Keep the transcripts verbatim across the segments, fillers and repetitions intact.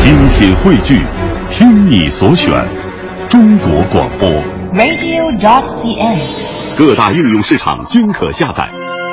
精品汇聚，听你所选，中国广播 radio dot c n， 各大应用市场均可下载。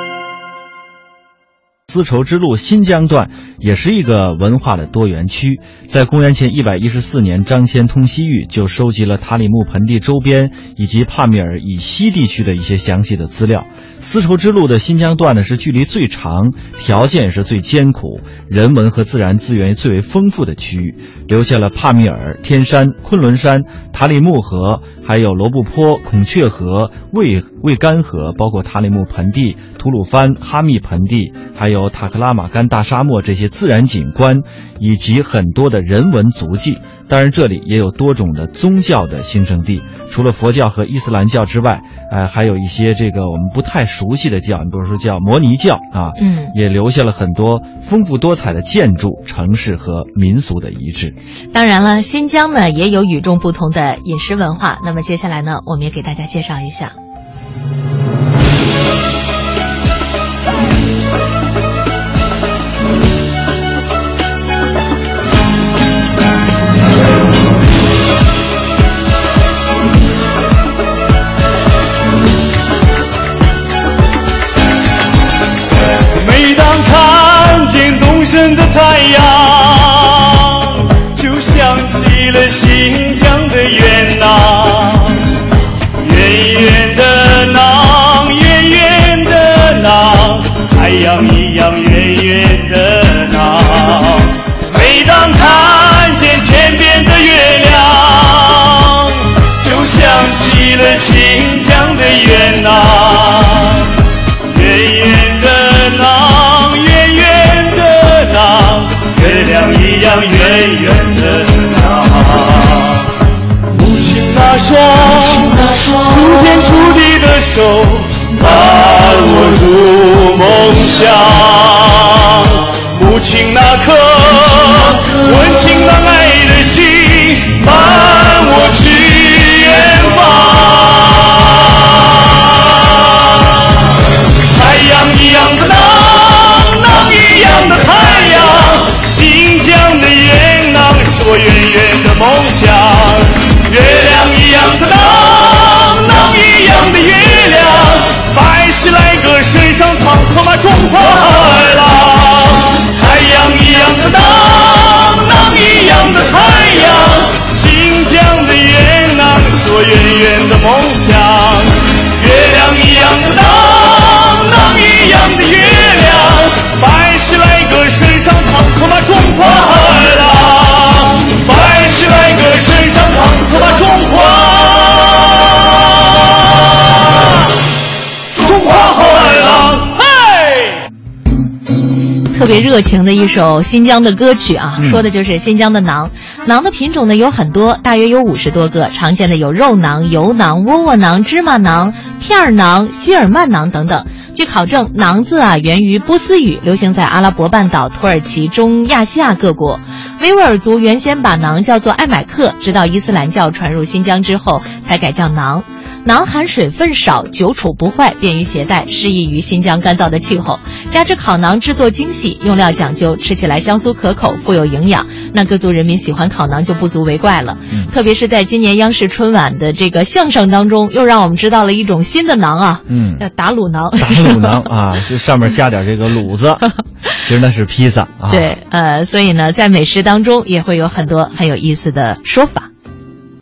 丝绸之路新疆段也是一个文化的多元区，在公元前一百一十四年，张骞通西域就收集了塔里木盆地周边以及帕米尔以西地区的一些详细的资料。丝绸之路的新疆段呢，是距离最长，条件也是最艰苦，人文和自然资源最为丰富的区域，留下了帕米尔、天山、昆仑山、塔里木河，还有罗布泊、孔雀河、魏魏干河，包括塔里木盆地、吐鲁番、哈密盆地，还有塔克拉玛干大沙漠这些自然景观，以及很多的人文足迹。当然这里也有多种的宗教的兴盛地，除了佛教和伊斯兰教之外，呃，还有一些这个我们不太熟悉的教，比如说叫摩尼教啊， 嗯， 也留下了很多丰富多彩的建筑、城市和民俗的遗址。 当然了，新疆呢也有与众不同的饮食文化，那么接下来呢，我们也给大家介绍一下。 每当看见东升的太阳，就想起了新疆的元囊，圆圆的囊，圆圆的囊，太阳一样圆圆的囊。每当看见天边的月亮，就想起了新疆的元囊，圆圆的囊，圆圆的囊，月亮一样圆圆的囊。母亲那双触天触地的手，伴我入梦乡。母亲那颗温情难挨的心，伴我去远方。太阳一样的囊，囊一样的太阳，新疆的元囊是我远远的梦想。月亮一样的囊，囊一样的月亮，百十来个身上藏着那中华二郎。太阳一样的囊，囊一样的太阳，新疆的元囊是我远远的梦想。月亮一样的囊，囊一样的月亮，百十来个身上藏着那中华二郎，百十来个身上藏着那中华中华二郎。 特别热情的一首新疆的歌曲啊， 嗯、 说的就是新疆的馕。馕的品种呢有很多，大约有五十多个，常见的有肉馕、油馕、窝窝馕、芝麻馕、片馕、希尔曼馕等等。据考证，馕字啊源于波斯语，流行在阿拉伯半岛、土耳其、中亚细亚各国。维吾尔族原先把馕叫做艾买克，直到伊斯兰教传入新疆之后才改叫馕。馕含水分少，久储不坏，便于携带，适宜于新疆干燥的气候。加之烤馕制作精细，用料讲究，吃起来香酥可口，富有营养，那各族人民喜欢烤馕就不足为怪了。 嗯、 特别是在今年央视春晚的这个相声当中，又让我们知道了一种新的馕啊， 嗯， 叫打卤馕。 打卤馕啊，就上面加点这个卤子，其实那是披萨啊。 对，呃，所以呢，在美食当中也会有很多很有意思的说法。